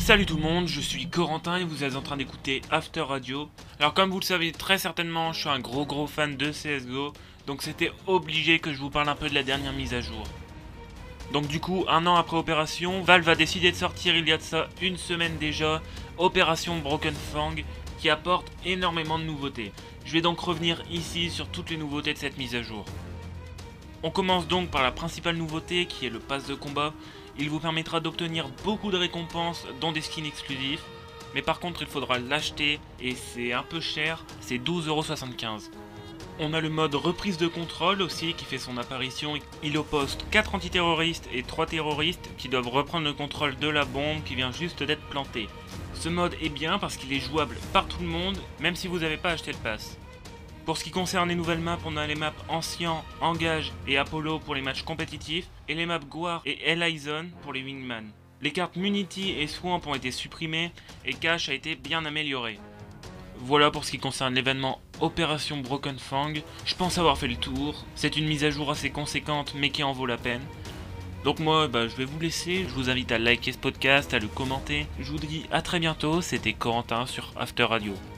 Salut tout le monde, je suis Corentin et vous êtes en train d'écouter After Radio. Alors comme vous le savez très certainement, je suis un gros fan de CSGO, donc c'était obligé que je vous parle un peu de la dernière mise à jour. Donc du coup, un an après Opération, Valve a décidé de sortir il y a de ça une semaine déjà, Opération Broken Fang, qui apporte énormément de nouveautés. Je vais donc revenir ici sur toutes les nouveautés de cette mise à jour. On commence donc par la principale nouveauté qui est le pass de combat. Il vous permettra d'obtenir beaucoup de récompenses dont des skins exclusifs. Mais par contre il faudra l'acheter et c'est un peu cher, c'est 12,75 €. On a le mode reprise de contrôle aussi qui fait son apparition. Il oppose 4 antiterroristes et 3 terroristes qui doivent reprendre le contrôle de la bombe qui vient juste d'être plantée. Ce mode est bien parce qu'il est jouable par tout le monde, même si vous n'avez pas acheté le pass. Pour ce qui concerne les nouvelles maps, on a les maps Ancien, Engage et Apollo pour les matchs compétitifs, et les maps Guar et Elizon pour les Wingman. Les cartes Munity et Swamp ont été supprimées, et Cache a été bien amélioré. Voilà pour ce qui concerne l'événement Opération Broken Fang. Je pense avoir fait le tour. C'est une mise à jour assez conséquente, mais qui en vaut la peine. Donc moi, je vais vous laisser. Je vous invite à liker ce podcast, à le commenter. Je vous dis à très bientôt. C'était Corentin sur After Radio.